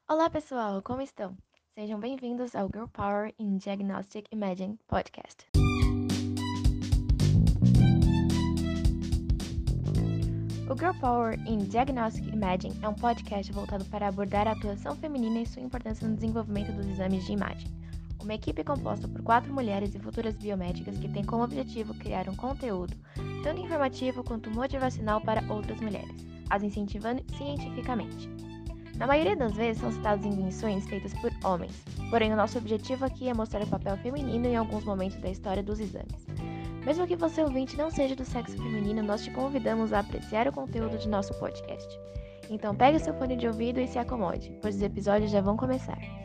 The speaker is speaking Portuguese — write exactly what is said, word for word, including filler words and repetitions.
Olá, pessoal, como estão? Sejam bem-vindos ao Girl Power in Diagnostic Imaging podcast. O Girl Power in Diagnostic Imaging é um podcast voltado para abordar a atuação feminina e sua importância no desenvolvimento dos exames de imagem. Uma equipe composta por quatro mulheres e futuras biomédicas que tem como objetivo criar um conteúdo tanto informativo quanto motivacional para outras mulheres, as incentivando cientificamente. Na maioria das vezes são citadas invenções feitas por homens, porém o nosso objetivo aqui é mostrar o papel feminino em alguns momentos da história dos exames. Mesmo que você ouvinte não seja do sexo feminino, nós te convidamos a apreciar o conteúdo de nosso podcast. Então pegue seu fone de ouvido e se acomode, pois os episódios já vão começar.